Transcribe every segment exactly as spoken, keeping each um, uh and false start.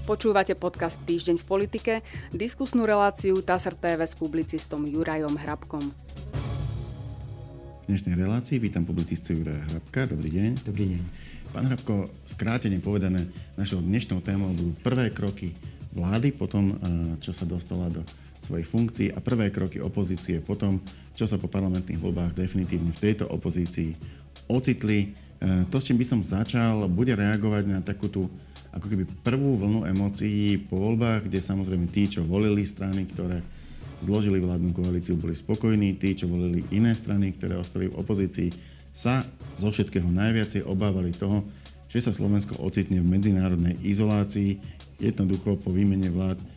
Počúvate podcast Týždeň v politike, diskusnú reláciu TASR té vé s publicistom Jurajom Hrabkom. V dnešnej relácii vítam publicistu Juraja Hrabka. Dobrý deň. Dobrý deň. Pán Hrabko, skrátene povedané, našou dnešnou témou budú prvé kroky vlády, potom čo sa dostala do svojich funkcií, a prvé kroky opozície potom, čo sa po parlamentných voľbách definitívne v tejto opozícii ocitli. To, s čím by som začal, bude reagovať na takú tú ako keby prvú vlnu emócií po voľbách, kde samozrejme tí, čo volili strany, ktoré zložili vládnu koalíciu, boli spokojní, tí, čo volili iné strany, ktoré ostali v opozícii, sa zo všetkého najviacej obávali toho, že sa Slovensko ocitne v medzinárodnej izolácii. Jednoducho po výmene vlád e,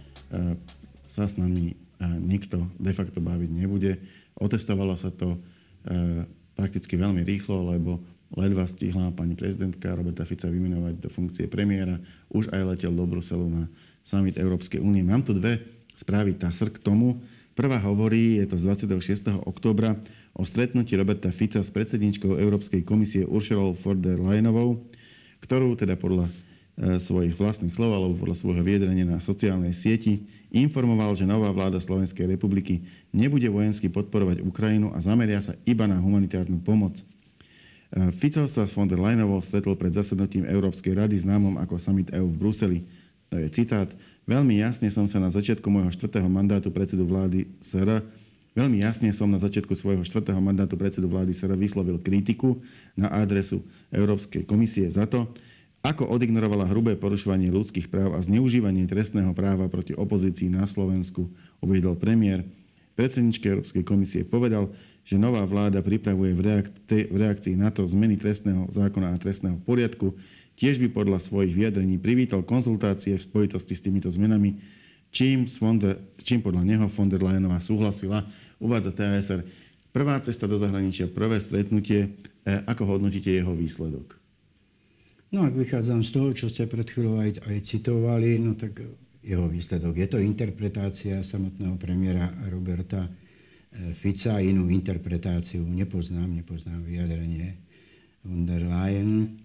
sa s nami e, nikto de facto baviť nebude. Otestovalo sa to e, prakticky veľmi rýchlo, lebo ledva stihla pani prezidentka Roberta Fica vymenovať do funkcie premiéra. Už aj letel do Bruselu na summit Európskej únie. Mám tu dve správy TASR k tomu. Prvá hovorí, je to z dvadsiateho šiesteho októbra, o stretnutí Roberta Fica s predsedničkou Európskej komisie Ursulou von der Leyenovou, ktorú teda podľa e, svojich vlastných slov alebo podľa svojho vyjadrenia na sociálnej sieti informoval, že nová vláda Slovenskej republiky nebude vojensky podporovať Ukrajinu a zameria sa iba na humanitárnu pomoc. Fico sa s von der Leyenovou stretol pred zasadnutím Európskej rady známom ako Summit é ú v Bruseli. To je citát. Veľmi jasne som sa na začiatku môjho štvrtého mandátu predsedu vlády es er Veľmi jasne som na začiatku svojho štvrtého mandátu predsedu vlády es er vyslovil kritiku na adresu Európskej komisie za to, ako odignorovala hrubé porušovanie ľudských práv a zneužívanie trestného práva proti opozícii na Slovensku, uviedol premiér. Predsedničke Európskej komisie povedal, že nová vláda pripravuje v, reak- v reakcii na to zmeny trestného zákona a trestného poriadku. Tiež by podľa svojich vyjadrení privítal konzultácie v spojitosti s týmito zmenami, čím, der, čím podľa neho von der Leyenová súhlasila. Uvádza té á es er. Prvá cesta do zahraničia, prvé stretnutie. E, ako hodnotíte jeho výsledok? No ak vychádzam z toho, čo ste pred chvíľou aj, aj citovali, no tak jeho výsledok. Je to interpretácia samotného premiéra Roberta Fica. Inú interpretáciu nepoznám, nepoznám vyjadrenie von der Leyen,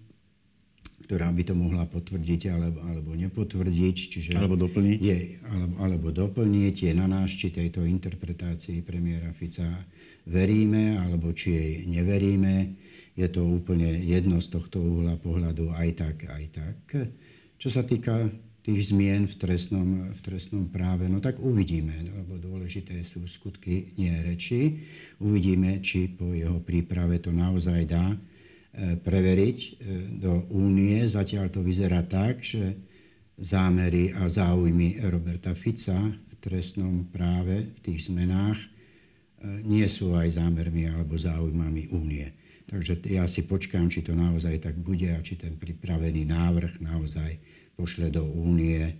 ktorá by to mohla potvrdiť alebo, alebo nepotvrdiť. Čiže alebo doplniť. Je, alebo, alebo doplniť. Je na nás, či tejto interpretácii premiéra Fica veríme, alebo či jej neveríme. Je to úplne jedno z tohto uhla pohľadu, aj tak, aj tak. Čo sa týka tých zmien v trestnom, v trestnom práve, no tak uvidíme, lebo dôležité sú skutky, nie reči. Uvidíme, či po jeho príprave to naozaj dá preveriť do únie. Zatiaľ to vyzerá tak, že zámery a záujmy Roberta Fica v trestnom práve, v tých zmenách, nie sú aj zámermi alebo záujmami únie. Takže ja si počkám, či to naozaj tak bude a či ten pripravený návrh naozaj pošle do únie e,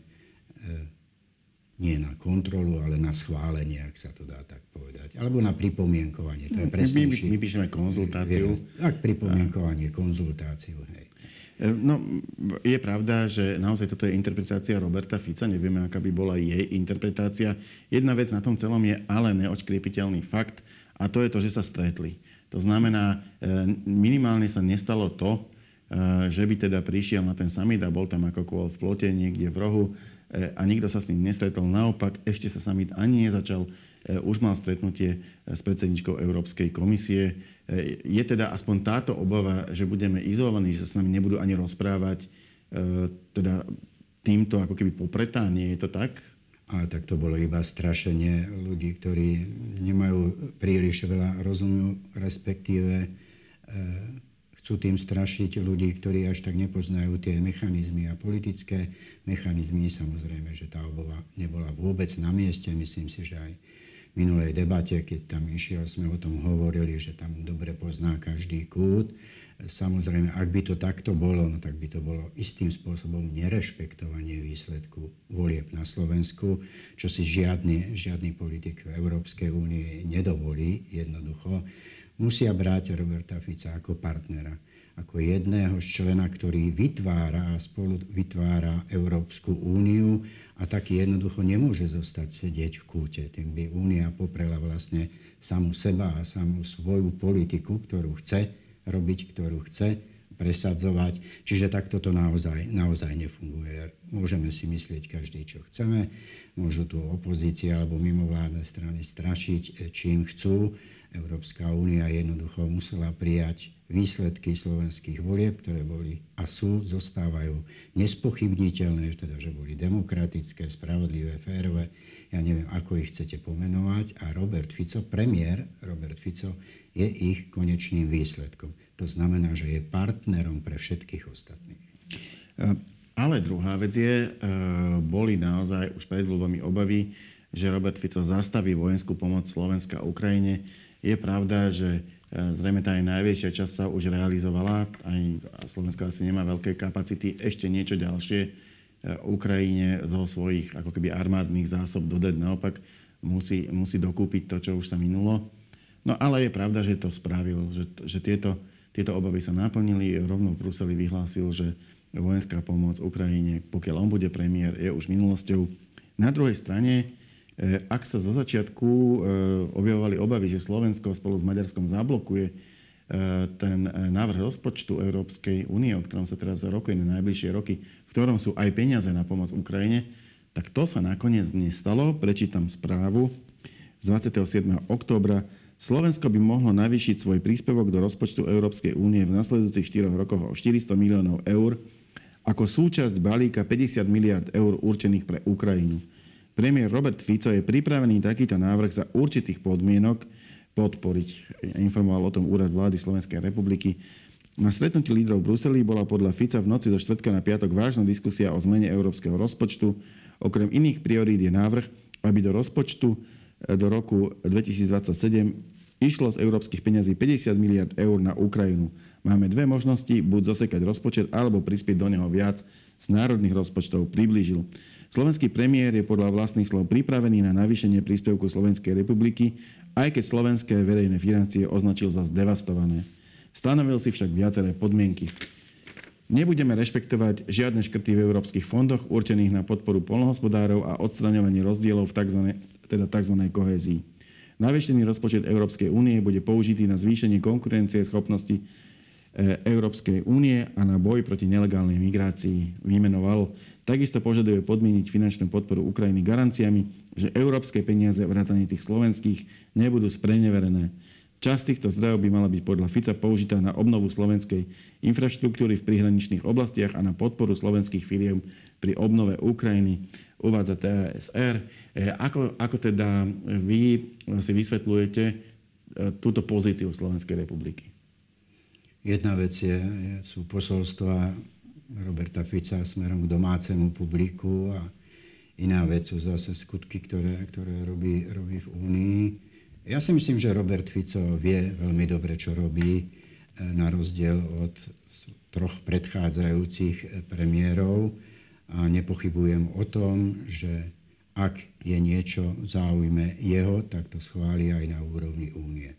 nie na kontrolu, ale na schválenie, ak sa to dá tak povedať. Alebo na pripomienkovanie. To je presnejšie. My, my píšeme konzultáciu. Tak, pripomienkovanie, konzultáciu. Hej. No, je pravda, že naozaj toto je interpretácia Roberta Fica. Nevieme, aká by bola jej interpretácia. Jedna vec na tom celom je ale neodškriepiteľný fakt, a to je to, že sa stretli. To znamená, minimálne sa nestalo to, že by teda prišiel na ten summit a bol tam ako kôl v plote niekde v rohu a nikto sa s ním nestretol. Naopak, ešte sa summit ani nezačal. Už mal stretnutie s predsedničkou Európskej komisie. Je teda aspoň táto obava, že budeme izolovaní, že sa s nami nebudú ani rozprávať, teda týmto ako keby popretá, nie je to tak? Ale tak to bolo iba strašenie ľudí, ktorí nemajú príliš veľa rozumu, respektíve chcú tým strašiť ľudí, ktorí až tak nepoznajú tie mechanizmy a politické mechanizmy. Samozrejme, že tá obava nebola vôbec na mieste. Myslím si, že aj v minulej debate, keď tam išiel, sme o tom hovorili, že tam dobre pozná každý kút. Samozrejme, ak by to takto bolo, no tak by to bolo istým spôsobom nerešpektovanie výsledku volieb na Slovensku, čo si žiadny, žiadny politik v Európskej únii nedovolí jednoducho. Musia brať Roberta Fica ako partnera, ako jedného z člena, ktorý vytvára a spolu vytvára Európsku úniu a taký jednoducho nemôže zostať sedieť v kúte. Tým by únia poprela vlastne samú seba a samú svoju politiku, ktorú chce robiť, ktorú chce presadzovať. Čiže takto to naozaj, naozaj nefunguje. Môžeme si myslieť každý, čo chceme. Môžu tu opozícia alebo mimovládne strany strašiť, čím chcú. Európska únia jednoducho musela prijať výsledky slovenských volieb, ktoré boli a sú, zostávajú nespochybniteľné, teda, že boli demokratické, spravodlivé, férové. Ja neviem, ako ich chcete pomenovať. A Robert Fico, premiér Robert Fico, je ich konečným výsledkom. To znamená, že je partnerom pre všetkých ostatných. Ale druhá vec je, boli naozaj už pred voľbami obavy, že Robert Fico zastaví vojenskú pomoc Slovenska a Ukrajine. Je pravda, že zrejme tá aj najväčšia časť sa už realizovala. Aj Slovensko asi nemá veľké kapacity. Ešte niečo ďalšie Ukrajine zo svojich ako keby armádnych zásob dodať. Naopak musí, musí dokúpiť to, čo už sa minulo. No ale je pravda, že to spravil, že, že tieto, tieto obavy sa naplnili. Rovno v Bruseli vyhlásil, že vojenská pomoc Ukrajine, pokiaľ on bude premiér, je už minulosťou. Na druhej strane, ak sa zo začiatku objavovali obavy, že Slovensko spolu s Maďarskom zablokuje ten návrh rozpočtu Európskej únie, o ktorom sa teraz rokuje na najbližšie roky, v ktorom sú aj peniaze na pomoc Ukrajine, tak to sa nakoniec nestalo. Prečítam správu z dvadsiateho siedmeho októbra. Slovensko by mohlo navýšiť svoj príspevok do rozpočtu Európskej únie v nasledujúcich štyroch rokoch o štyristo miliónov eur ako súčasť balíka päťdesiat miliárd eur určených pre Ukrajinu. Premiér Robert Fico je pripravený takýto návrh za určitých podmienok podporiť. Informoval o tom úrad vlády Slovenskej republiky. Na stretnutí lídrov v Bruseli bola podľa Fica v noci zo štvrtka na piatok vážna diskusia o zmene európskeho rozpočtu. Okrem iných priorít je návrh, aby do rozpočtu do roku dvetisícdvadsaťsedem išlo z európskych peňazí päťdesiat miliárd eur na Ukrajinu. Máme dve možnosti, buď zosekať rozpočet, alebo prispieť do neho viac z národných rozpočtov, priblížil. Slovenský premiér je podľa vlastných slov pripravený na navýšenie príspevku Slovenskej republiky, aj keď slovenské verejné financie označil za zdevastované. Stanovil si však viaceré podmienky. Nebudeme rešpektovať žiadne škrty v európskych fondoch určených na podporu poľnohospodárov a odstraňovanie rozdielov v tzv. teda tzv. Kohézii. Navýšený rozpočet Európskej únie bude použitý na zvýšenie konkurencie schopnosti Európskej únie a na boj proti nelegálnej migrácii, vymenoval. Takisto požaduje podmieniť finančnú podporu Ukrajiny garanciami, že európske peniaze vrátane tých slovenských nebudú spreneverené. Časť týchto zdrojov by mala byť podľa Fica použitá na obnovu slovenskej infraštruktúry v prihraničných oblastiach a na podporu slovenských firiem pri obnove Ukrajiny, uvádza té á es er. Ako, ako teda vy si vysvetľujete túto pozíciu Slovenskej republiky? Jedna vec je, sú posolstva Roberta Fica smerom k domácemu publiku a iná vec sú zase skutky, ktoré, ktoré robí, robí v Únii. Ja si myslím, že Robert Fico vie veľmi dobre, čo robí, na rozdiel od troch predchádzajúcich premiérov a nepochybujem o tom, že ak je niečo v záujme jeho, tak to schváli aj na úrovni Únie.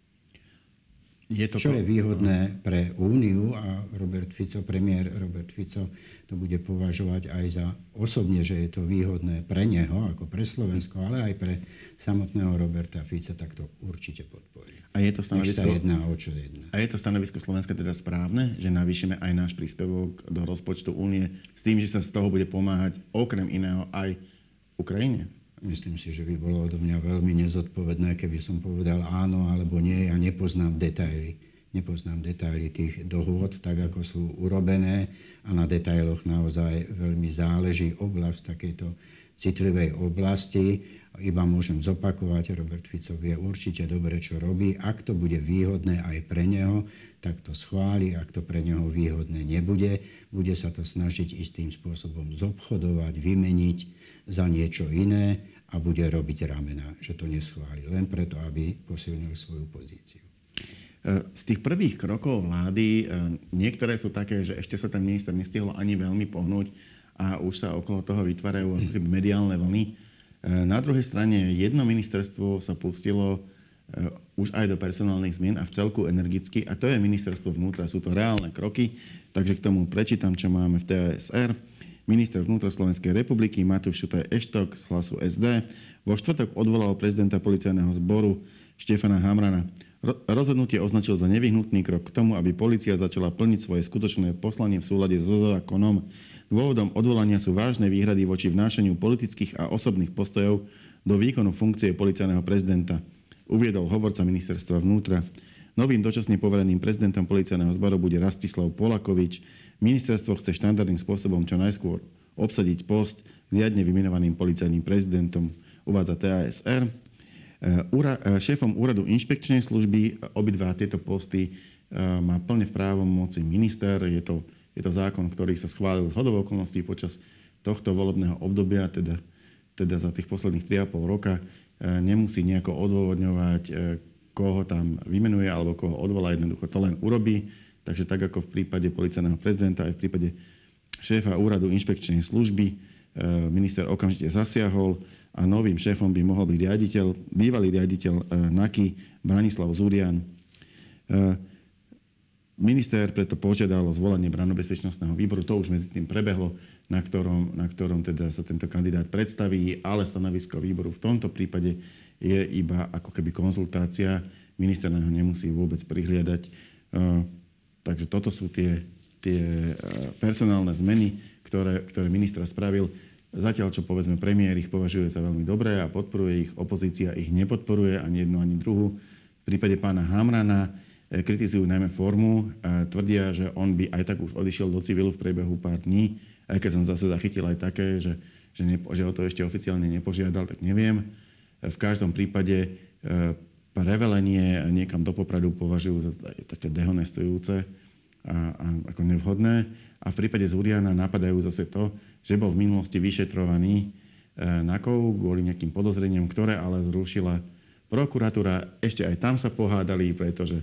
Je to čo je výhodné pre Úniu a Robert Fico, premiér Robert Fico to bude považovať aj za osobne, že je to výhodné pre neho, ako pre Slovensko, ale aj pre samotného Roberta Fica, tak to určite podporí. A je to stanovisko, jedná, o čo jedná. A je to stanovisko Slovenska teda správne, že navýšime aj náš príspevok do rozpočtu Únie s tým, že sa z toho bude pomáhať okrem iného aj Ukrajine? Myslím si, že by bolo odo mňa veľmi nezodpovedné, keby som povedal áno alebo nie. Ja nepoznám detaily. Nepoznám detaily tých dohôd, tak ako sú urobené a na detailoch naozaj veľmi záleží oblasť takejto citlivej oblasti. Iba môžem zopakovať, Robert Fico vie určite dobre, čo robí. Ak to bude výhodné aj pre neho, tak to schváli. Ak to pre neho výhodné nebude, bude sa to snažiť istým spôsobom zobchodovať, vymeniť za niečo iné a bude robiť ramena, že to neschváli. Len preto, aby posilnil svoju pozíciu. Z tých prvých krokov vlády niektoré sú také, že ešte sa ten minister nestihol ani veľmi pohnúť a už sa okolo toho vytvárajú mediálne vlny. Na druhej strane jedno ministerstvo sa pustilo už aj do personálnych zmien a v celku energicky, a to je ministerstvo vnútra. Sú to reálne kroky, takže k tomu prečítam, čo máme v té á es er. Minister vnútra Slovenskej republiky Matúš Šutaj Eštok z hlasu es dé vo štvrtok odvolal prezidenta policajného zboru Štefana Hamrana. Rozhodnutie označil za nevyhnutný krok k tomu, aby polícia začala plniť svoje skutočné poslanie v súlade so zákonom. Dôvodom odvolania sú vážne výhrady voči vnášaniu politických a osobných postojov do výkonu funkcie policajného prezidenta, uviedol hovorca ministerstva vnútra. Novým dočasne povereným prezidentom policajného zboru bude Rastislav Polakovič. Ministerstvo chce štandardným spôsobom čo najskôr obsadiť post riadne vymenovaným policajným prezidentom, uvádza té á es er. Úra, šéfom úradu inšpekčnej služby obidva tieto posty má plne v právom moci minister. Je to, je to zákon, ktorý sa schválil zhodou okolností počas tohto volebného obdobia, teda, teda za tých posledných tri a pol roka. Nemusí nejako odôvodňovať, koho tam vymenuje alebo koho odvolá, jednoducho to len urobí. Takže tak ako v prípade policajného prezidenta, aj v prípade šéfa úradu inšpekčnej služby minister okamžite zasiahol a novým šéfom by mohol byť riaditeľ, bývalý riaditeľ NAKY Branislav Zurian. Minister preto požiadal o zvolanie brannobezpečnostného výboru. To už medzi tým prebehlo, na ktorom, na ktorom teda sa tento kandidát predstaví, ale stanovisko výboru v tomto prípade je iba ako keby konzultácia. Minister na ho nemusí vôbec prihliadať. Takže toto sú tie, tie personálne zmeny, ktoré, ktoré ministra spravil. Zatiaľ, čo povedzme premiér ich považuje za veľmi dobré a podporuje ich, opozícia ich nepodporuje ani jednu, ani druhú. V prípade pána Hamrana kritizujú najmä formu, tvrdia, že on by aj tak už odišiel do civilu v priebehu pár dní, aj keď som zase zachytil aj také, že, že, nepo, že o to ešte oficiálne nepožiadal, tak neviem. V každom prípade prevelenie niekam do Popradu považujú za také dehonestujúce a, a ako nevhodné. A v prípade Zuriana napadajú zase to, že bol v minulosti vyšetrovaný NAKou kvôli nejakým podozreniam, ktoré ale zrušila prokuratúra. Ešte aj tam sa pohádali, pretože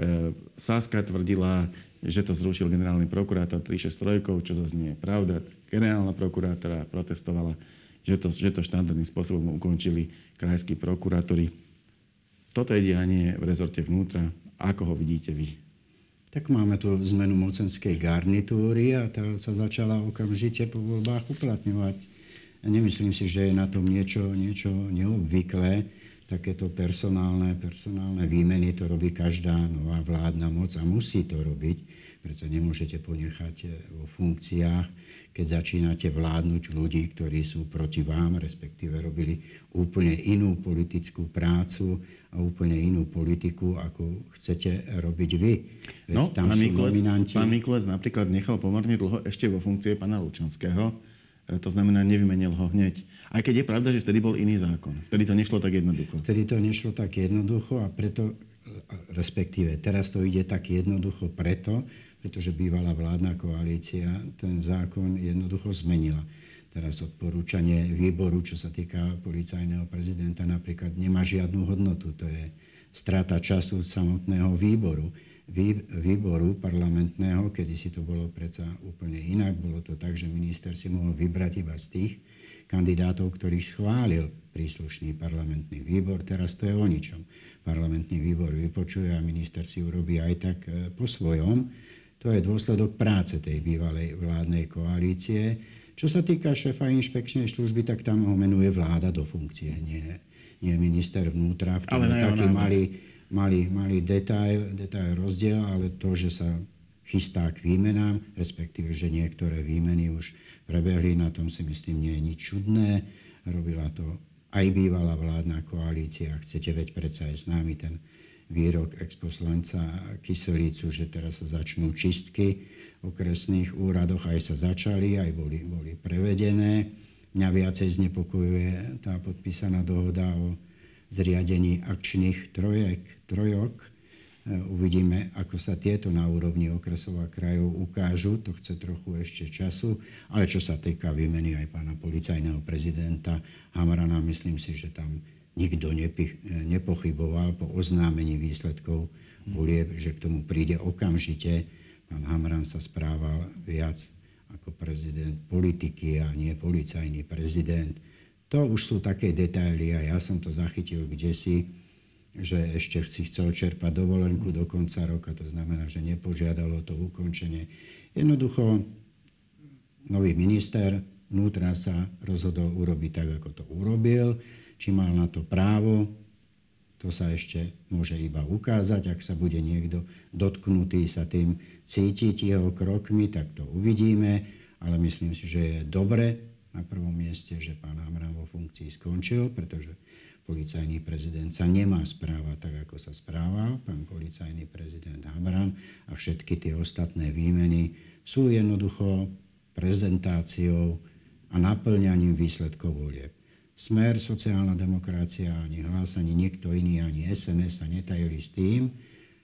Saska tvrdila, že to zrušil generálny prokurátor tri šesť tri, čo zase nie je pravda. Generálna prokurátora protestovala, že to, že to štandardným spôsobom ukončili krajskí prokurátori. Toto je dianie v rezorte vnútra. Ako ho vidíte vy? Tak máme tu zmenu mocenskej garnitúry a tá sa začala okamžite po voľbách uplatňovať. Nemyslím si, že je na tom niečo, niečo neobvyklé. Takéto personálne, personálne výmeny to robí každá nová vládna moc a musí to robiť. Preto nemôžete ponechať vo funkciách, keď začínate vládnuť ľudí, ktorí sú proti vám, respektíve robili úplne inú politickú prácu a úplne inú politiku, ako chcete robiť vy. Veď no, tam pán, sú Mikulec, nominanti... pán Mikulec napríklad nechal pomerne dlho ešte vo funkcie pána Lučanského. To znamená, nevymenil ho hneď. Aj keď je pravda, že vtedy bol iný zákon. Vtedy to nešlo tak jednoducho. Vtedy to nešlo tak jednoducho a preto, respektíve teraz to ide tak jednoducho preto, pretože bývalá vládna koalícia ten zákon jednoducho zmenila. Teraz odporúčanie výboru, čo sa týka policajného prezidenta, napríklad nemá žiadnu hodnotu. To je strata času samotného výboru. Vý, výboru parlamentného, kedy si to bolo predsa úplne inak. Bolo to tak, že minister si mohol vybrať iba z tých kandidátov, ktorých schválil príslušný parlamentný výbor. Teraz to je o ničom. Parlamentný výbor vypočuje a minister si urobí aj tak po svojom. To je dôsledok práce tej bývalej vládnej koalície. Čo sa týka šéfa inšpekčnej služby, tak tam ho menuje vláda do funkcie, nie, nie minister vnútra. V tom je taký malý, malý, malý detail, detail rozdiel, ale to, že sa chystá k výmenám, respektíve, že niektoré výmeny už prebehli, na tom si myslím, nie je nič čudné. Robila to aj bývalá vládna koalícia. Chcete veď predsa aj s nami ten výrok exposlanca Kyselicu, že teraz sa začnú čistky v okresných úradoch, aj sa začali, aj boli, boli prevedené. Mňa viacej znepokojuje tá podpísaná dohoda o zriadení akčných trojek, trojok. Uvidíme, ako sa tieto na úrovni okresov a krajov ukážu. To chce trochu ešte času. Ale čo sa týka výmeny aj pána policajného prezidenta Hamrana, myslím si, že tam nikto nepochyboval po oznámení výsledkov volieb, že k tomu príde okamžite. Pán Hamran sa správal viac ako prezident politiky a nie policajný prezident. To už sú také detaily a ja som to zachytil kdesi, že ešte si chcel čerpať dovolenku do konca roka, to znamená, že nepožiadalo to ukončenie. Jednoducho, nový minister vnútra sa rozhodol urobiť tak, ako to urobil. Či mal na to právo, To sa ešte môže iba ukázať. Ak sa bude niekto dotknutý sa tým cítiť jeho krokmi, tak to uvidíme. Ale myslím si, že je dobre na prvom mieste, že pán Hamran vo funkcii skončil, pretože policajný prezident sa nemá správať tak, ako sa správal pán policajný prezident Hamran, a všetky tie ostatné výmeny sú jednoducho prezentáciou a naplňaním výsledkov volieb. Smer, sociálna demokracia, ani Hlas, ani niekto iný, ani es en es sa netajili s tým,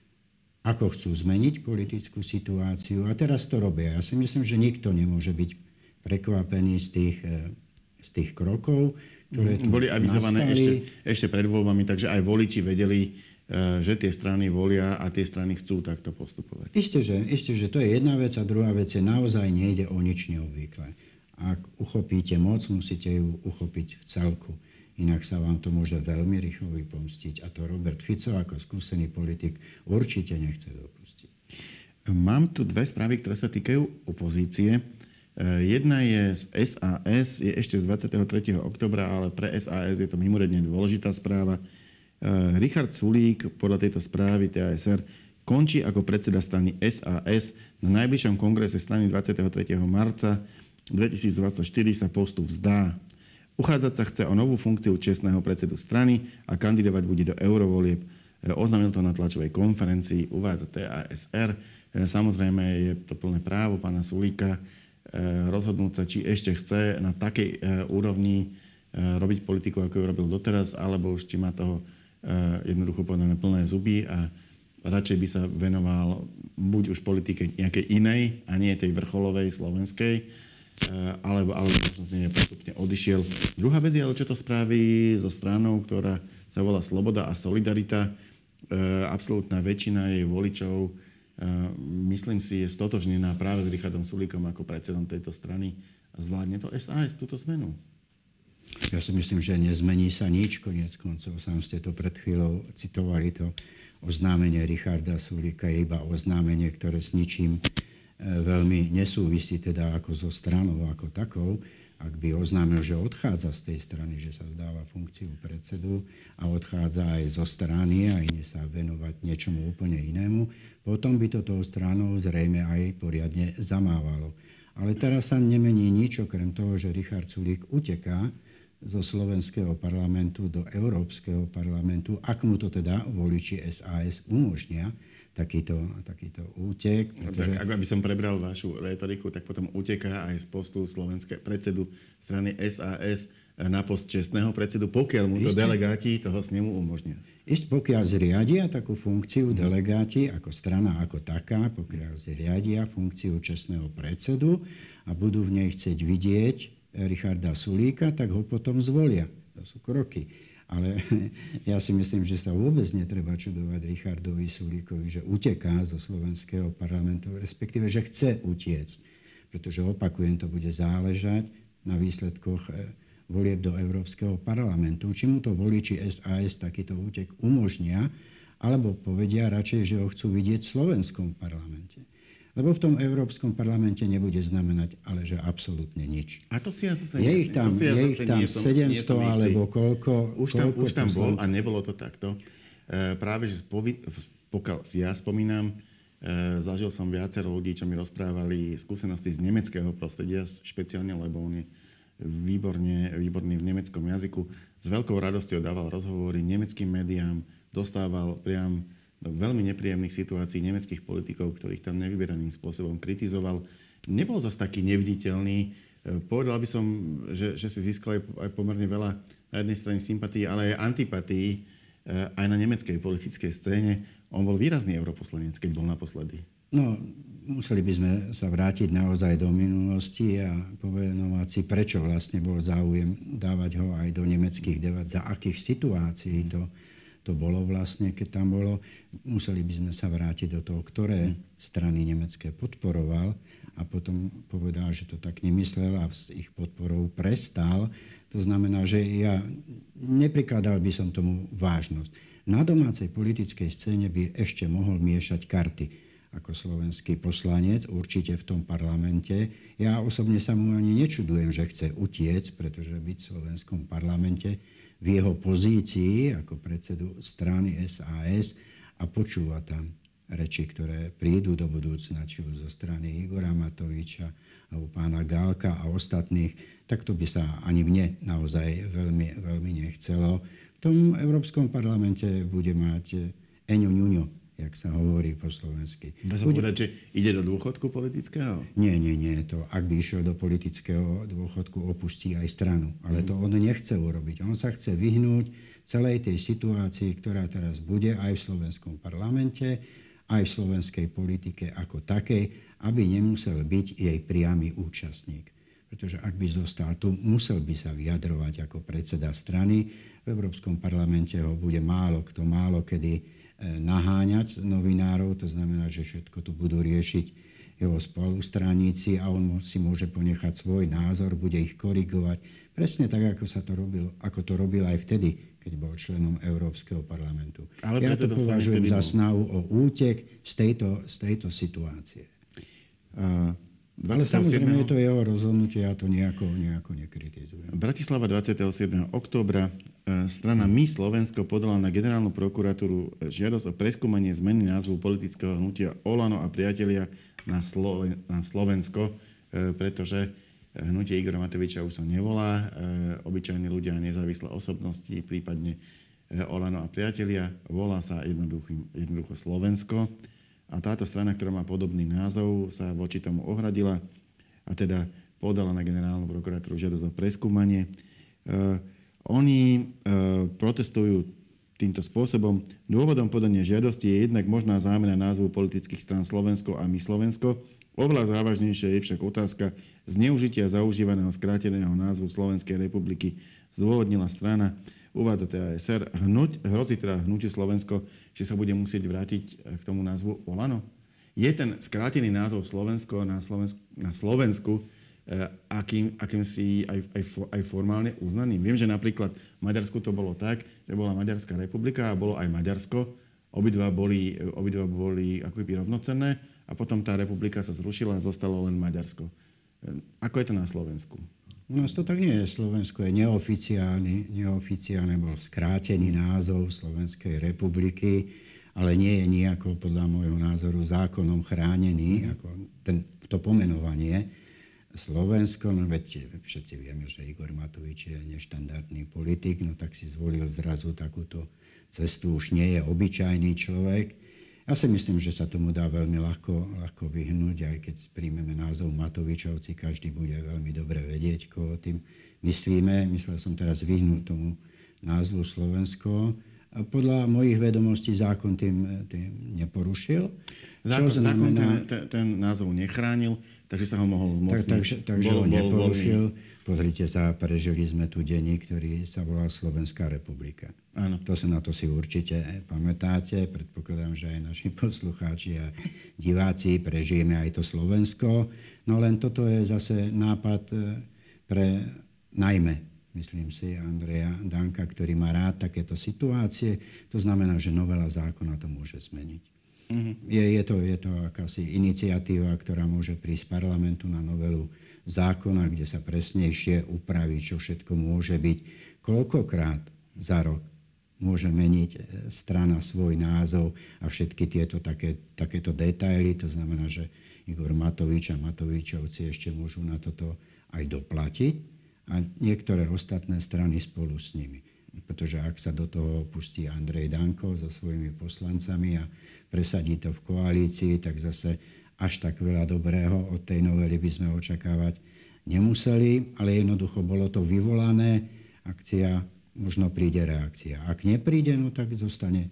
ako chcú zmeniť politickú situáciu. A teraz to robia. Ja si myslím, že nikto nemôže byť prekvapený z tých, z tých krokov, ktoré tu boli avizované nastali. ešte, ešte pred voľbami, takže aj voliči vedeli, že tie strany volia a tie strany chcú takto postupovať. Isté, že, isté, že to je jedna vec, a druhá vec je, naozaj nejde o nič neobvyklé. Ak uchopíte moc, musíte ju uchopiť v celku. Inak sa vám to môže veľmi rýchlo vypomstiť. A to Robert Fico ako skúsený politik určite nechce dopustiť. Mám tu dve správy, ktoré sa týkajú opozície. Jedna je z es a es, je ešte z dvadsiateho tretieho októbra, ale pre es a es je to mimoriadne dôležitá správa. Richard Sulík podľa tejto správy té a es er končí ako predseda strany es a es. Na najbližšom kongrese strany dvadsiateho tretieho marca dvetisícdvadsaťštyri sa postu vzdá. Uchádzať sa chce o novú funkciu čestného predsedu strany a kandidovať bude do eurovolieb. Oznámil to na tlačovej konferencii, uvádza té a es er. Samozrejme je to plné právo pána Sulíka rozhodnúť sa, či ešte chce na takej úrovni robiť politiku, ako ju robil doteraz, alebo už či má toho jednoducho povedané plné zuby a radšej by sa venoval buď už politike nejakej inej a nie tej vrcholovej slovenskej, alebo, alebo možno z nej postupne odišiel. Druhá vec je, ale čo to spraví so stranou, ktorá sa volá Sloboda a Solidarita. Absolútna väčšina jej voličov, myslím si, je stotožnená práve s Richardom Sulíkom ako predsedom tejto strany. Zvládne to es a es túto zmenu? Ja si myslím, že nezmení sa nič, koniec koncov. Sám ste to pred chvíľou citovali, to oznámenie Richarda Sulíka je iba oznámenie, ktoré s ničím veľmi nesúvisí, teda ako so stranou, ako takou. Ak by oznámil, že odchádza z tej strany, že sa vzdáva funkciu predsedu a odchádza aj zo strany a ide sa venovať niečomu úplne inému, potom by to tou stranou zrejme aj poriadne zamávalo. Ale teraz sa nemení nič, okrem toho, že Richard Sulík uteká zo slovenského parlamentu do Európskeho parlamentu, ak mu to teda voliči es a es umožnia, takýto, takýto útek. Pretože... Tak, ak by som prebral vašu retoriku, tak potom uteká aj z postu slovenského predsedu strany es a es na post čestného predsedu, pokiaľ mu to Isté. delegáti toho snemu umožnia. Isté, pokiaľ zriadia takú funkciu delegáti ako strana ako taká, pokiaľ zriadia funkciu čestného predsedu a budú v nej chcieť vidieť Richarda Sulíka, tak ho potom zvolia. To sú kroky. Ale ja si myslím, že sa vôbec netreba čudovať Richardovi Sulíkovi, že uteká zo slovenského parlamentu, respektíve, že chce utiecť. Pretože, opakujem, to bude záležať na výsledkoch volieb do Európskeho parlamentu. Či mu to voliči es a es takýto útek umožnia, alebo povedia radšej, že ho chcú vidieť v slovenskom parlamente. Lebo v tom Európskom parlamente nebude znamenať, ale že absolútne nič. A to si ja zase je ich tam, ja je ich tam sedemsto alebo koľko. Už tam, koľko už tam bol a nebolo to takto. E, práve, že spovi, pokiaľ si ja spomínam, e, zažil som viacero ľudí, čo mi rozprávali skúsenosti z nemeckého prostredia, špeciálne, lebo on je výborne, výborný v nemeckom jazyku. S veľkou radosťou dával rozhovory nemeckým médiám, dostával priam do veľmi nepríjemných situácií nemeckých politikov, ktorých tam nevyberaným spôsobom kritizoval. Nebol zase taký neviditeľný. Povedal by som, že, že si získal aj pomerne veľa na jednej strane sympatí, ale aj antipatí aj na nemeckej politickej scéne. On bol výrazný europoslanec, keď bol naposledy. No, museli by sme sa vrátiť naozaj do minulosti a povenovať si, prečo vlastne bol záujem dávať ho aj do nemeckých debat, za akých situácií to To bolo vlastne, keď tam bolo. Museli by sme sa vrátiť do toho, ktoré strany nemecké podporoval a potom povedal, že to tak nemyslel a s ich podporou prestal. To znamená, že ja neprikladal by som tomu vážnosť. Na domácej politickej scéne by ešte mohol miešať karty ako slovenský poslanec, určite v tom parlamente. Ja osobne sa mu ani nečudujem, že chce utiecť, pretože byť v slovenskom parlamente v jeho pozícii ako predsedu strany es a es a počúva tam reči, ktoré prídu do budúcna, či už zo strany Igora Matoviča alebo pána Gálka a ostatných, tak to by sa ani mne naozaj veľmi, veľmi nechcelo. V tom Európskom parlamente bude mať eňo ňuňo, jak sa hovorí po slovensky. Dá sa bude... povedať, že ide do dôchodku politického? Nie, nie, nie. To, ak by išiel do politického dôchodku, opustí aj stranu. Ale to on nechce urobiť. On sa chce vyhnúť celej tej situácii, ktorá teraz bude aj v slovenskom parlamente, aj v slovenskej politike ako takej, aby nemusel byť jej priamy účastník. Pretože ak by zostal tu, musel by sa vyjadrovať ako predseda strany. V Európskom parlamente ho bude málo kto, málo kedy naháňať novinárov, to znamená, že všetko tu budú riešiť jeho spolustraníci a on si môže ponechať svoj názor, bude ich korigovať. Presne tak, ako sa to robilo, ako to robil aj vtedy, keď bol členom Európskeho parlamentu. Ale ja to považujem za snahu o útek z tejto, z tejto situácie. Uh... Ale samozrejme je to jeho rozhodnutie, ja to nejako, nejako nekritizujem. Bratislava dvadsiateho siedmeho októbra strana My Slovensko podala na generálnu prokuratúru žiadosť o preskúmanie zmeny názvu politického hnutia Olano a priatelia na, Sloven- na Slovensko, pretože hnutie Igora Matoviča už sa nevolá. Obyčajní ľudia a nezávislé osobnosti, prípadne Olano a priatelia, volá sa jednoducho Slovensko. A táto strana, ktorá má podobný názov, sa voči tomu ohradila a teda podala na generálnu prokuratúru žiadosť o preskúmanie. E, oni e, protestujú týmto spôsobom. Dôvodom podania žiadosti je jednak možná zámena názvu politických strán Slovensko a My Slovensko. Oveľa závažnejšia je však otázka zneužitia zaužívaného skráteného názvu Slovenskej republiky. Zdôvodnila strana, uvádza té á es er, hnuť, hrozí teda hnutiu Slovensko, že sa bude musieť vrátiť k tomu názvu Olano. Je ten skrátený názov Slovensko na Slovensku, na Slovensku eh, akým, akým si aj, aj, aj formálne uznaný? Viem, že napríklad v Maďarsku to bolo tak, že bola Maďarská republika a bolo aj Maďarsko. Obidva boli, obidva boli akoby rovnocenné a potom tá republika sa zrušila a zostalo len Maďarsko. Ako je to na Slovensku? U nás to tak nie je. Slovensko je neoficiálny, neoficiálne bol skrátený názov Slovenskej republiky, ale nie je nejako, podľa môjho názoru, zákonom chránený, ako ten, to pomenovanie. Slovensko, no veď všetci vieme, že Igor Matovič je neštandardný politik, no tak si zvolil zrazu takúto cestu, už nie je obyčajný človek. Ja si myslím, že sa tomu dá veľmi ľahko, ľahko vyhnúť, aj keď príjmeme názov Matovičovci, každý bude veľmi dobre vedieť, koho tým myslíme. Myslel som teraz vyhnúť tomu názvu Slovensko. A podľa mojich vedomostí zákon tým, tým neporušil. Zákon, znamená, zákon ten, ten, ten názov nechránil, takže sa ho mohol zmocniť. Tak, takže takže bol, ho neporušil. Bol, Pozrite sa, prežili sme tu denník, ktorý sa volá Slovenská republika. Áno. To sa na to si určite pamätáte. Predpokladám, že aj naši poslucháči a diváci prežijeme aj to Slovensko. No len toto je zase nápad pre najmä, myslím si, Andreja Danka, ktorý má rád takéto situácie. To znamená, že novela zákona to môže zmeniť. Mm-hmm. Je, je, to, je to akási iniciatíva, ktorá môže prísť z parlamentu na novelu zákona, kde sa presnejšie upraví, čo všetko môže byť. Koľkokrát za rok môže meniť strana svoj názov a všetky tieto také, takéto detaily. To znamená, že Igor Matovič a Matovičovci ešte môžu na toto aj doplatiť a niektoré ostatné strany spolu s nimi. Pretože ak sa do toho pustí Andrej Danko so svojimi poslancami a presadí to v koalícii, tak zase až tak veľa dobrého od tej novely by sme očakávať nemuseli, ale jednoducho bolo to vyvolané, akcia, možno príde reakcia. Ak nepríde, no tak zostane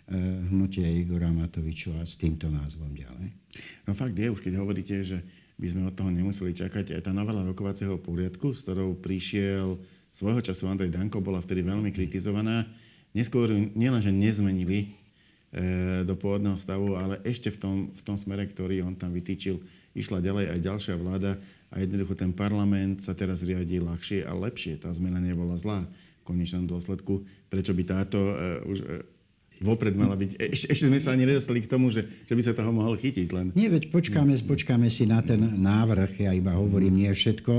hnutie Igora Matoviča s týmto názvom ďalej. No fakt je, už keď hovoríte, že by sme od toho nemuseli čakať, aj tá novela rokovacieho poriadku, s ktorou prišiel svojho času Andrej Danko, bola vtedy veľmi kritizovaná. Neskôr nielenže nezmenili do pôvodného stavu, ale ešte v tom, v tom smere, ktorý on tam vytýčil, išla ďalej aj ďalšia vláda a jednoducho ten parlament sa teraz riadí ľahšie a lepšie. Tá zmena nebola zlá v konečnom dôsledku. Prečo by táto uh, už uh, vopred mala byť? Eš, ešte sme sa ani nedostali k tomu, že, že by sa toho mohol chytiť. Len... Nie, veď počkáme, počkáme si na ten návrh. Ja iba hovorím, nie všetko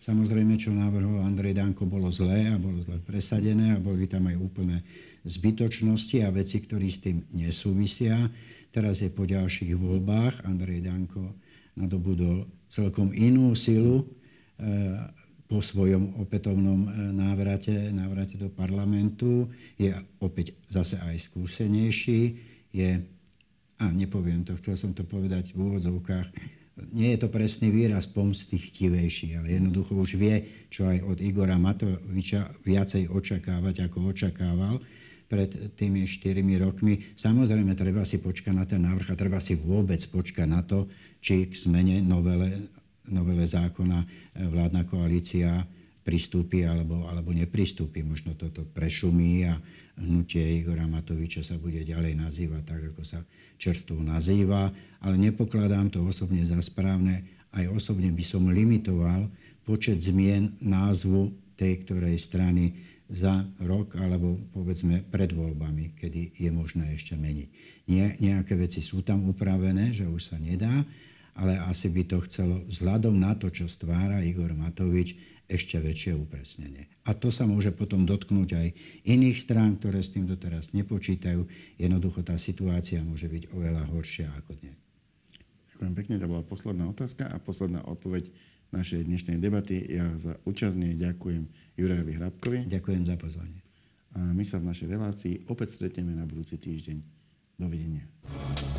Samozrejme, čo navrhol Andrej Danko, bolo zlé a bolo zle presadené a boli tam aj úplné zbytočnosti a veci, ktoré s tým nesúvisia. Teraz je po ďalších voľbách. Andrej Danko nadobudol celkom inú silu po svojom opätovnom návrate, návrate do parlamentu. Je opäť zase aj skúsenejší. Je, a nepoviem to, chcel som to povedať v úvodzovkách, nie je to presný výraz pomstychtivejší, ale jednoducho už vie, čo aj od Igora Matoviča viacej očakávať, ako očakával pred tými štyrmi rokmi. Samozrejme, treba si počkať na ten návrh a treba si vôbec počkať na to, či k zmene novele, novele zákona vládna koalícia pristúpi alebo, alebo nepristúpi. Možno toto prešumí a hnutie Igora Matoviča sa bude ďalej nazývať tak, ako sa čerstvo nazýva. Ale nepokladám to osobne za správne. Aj osobne by som limitoval počet zmien názvu tej ktorej strany za rok alebo povedzme pred voľbami, kedy je možné ešte meniť. Nie, nejaké veci sú tam upravené, že už sa nedá, ale asi by to chcelo vzhľadom na to, čo stvára Igor Matovič, ešte väčšie upresnenie. A to sa môže potom dotknúť aj iných strán, ktoré s tým doteraz nepočítajú. Jednoducho tá situácia môže byť oveľa horšia ako dnes. Ďakujem pekne, to bola posledná otázka a posledná odpoveď našej dnešnej debaty. Ja za účasť ďakujem Jurajovi Hrabkovi. Ďakujem za pozvanie. A my sa v našej relácii opäť stretneme na budúci týždeň. Dovidenia.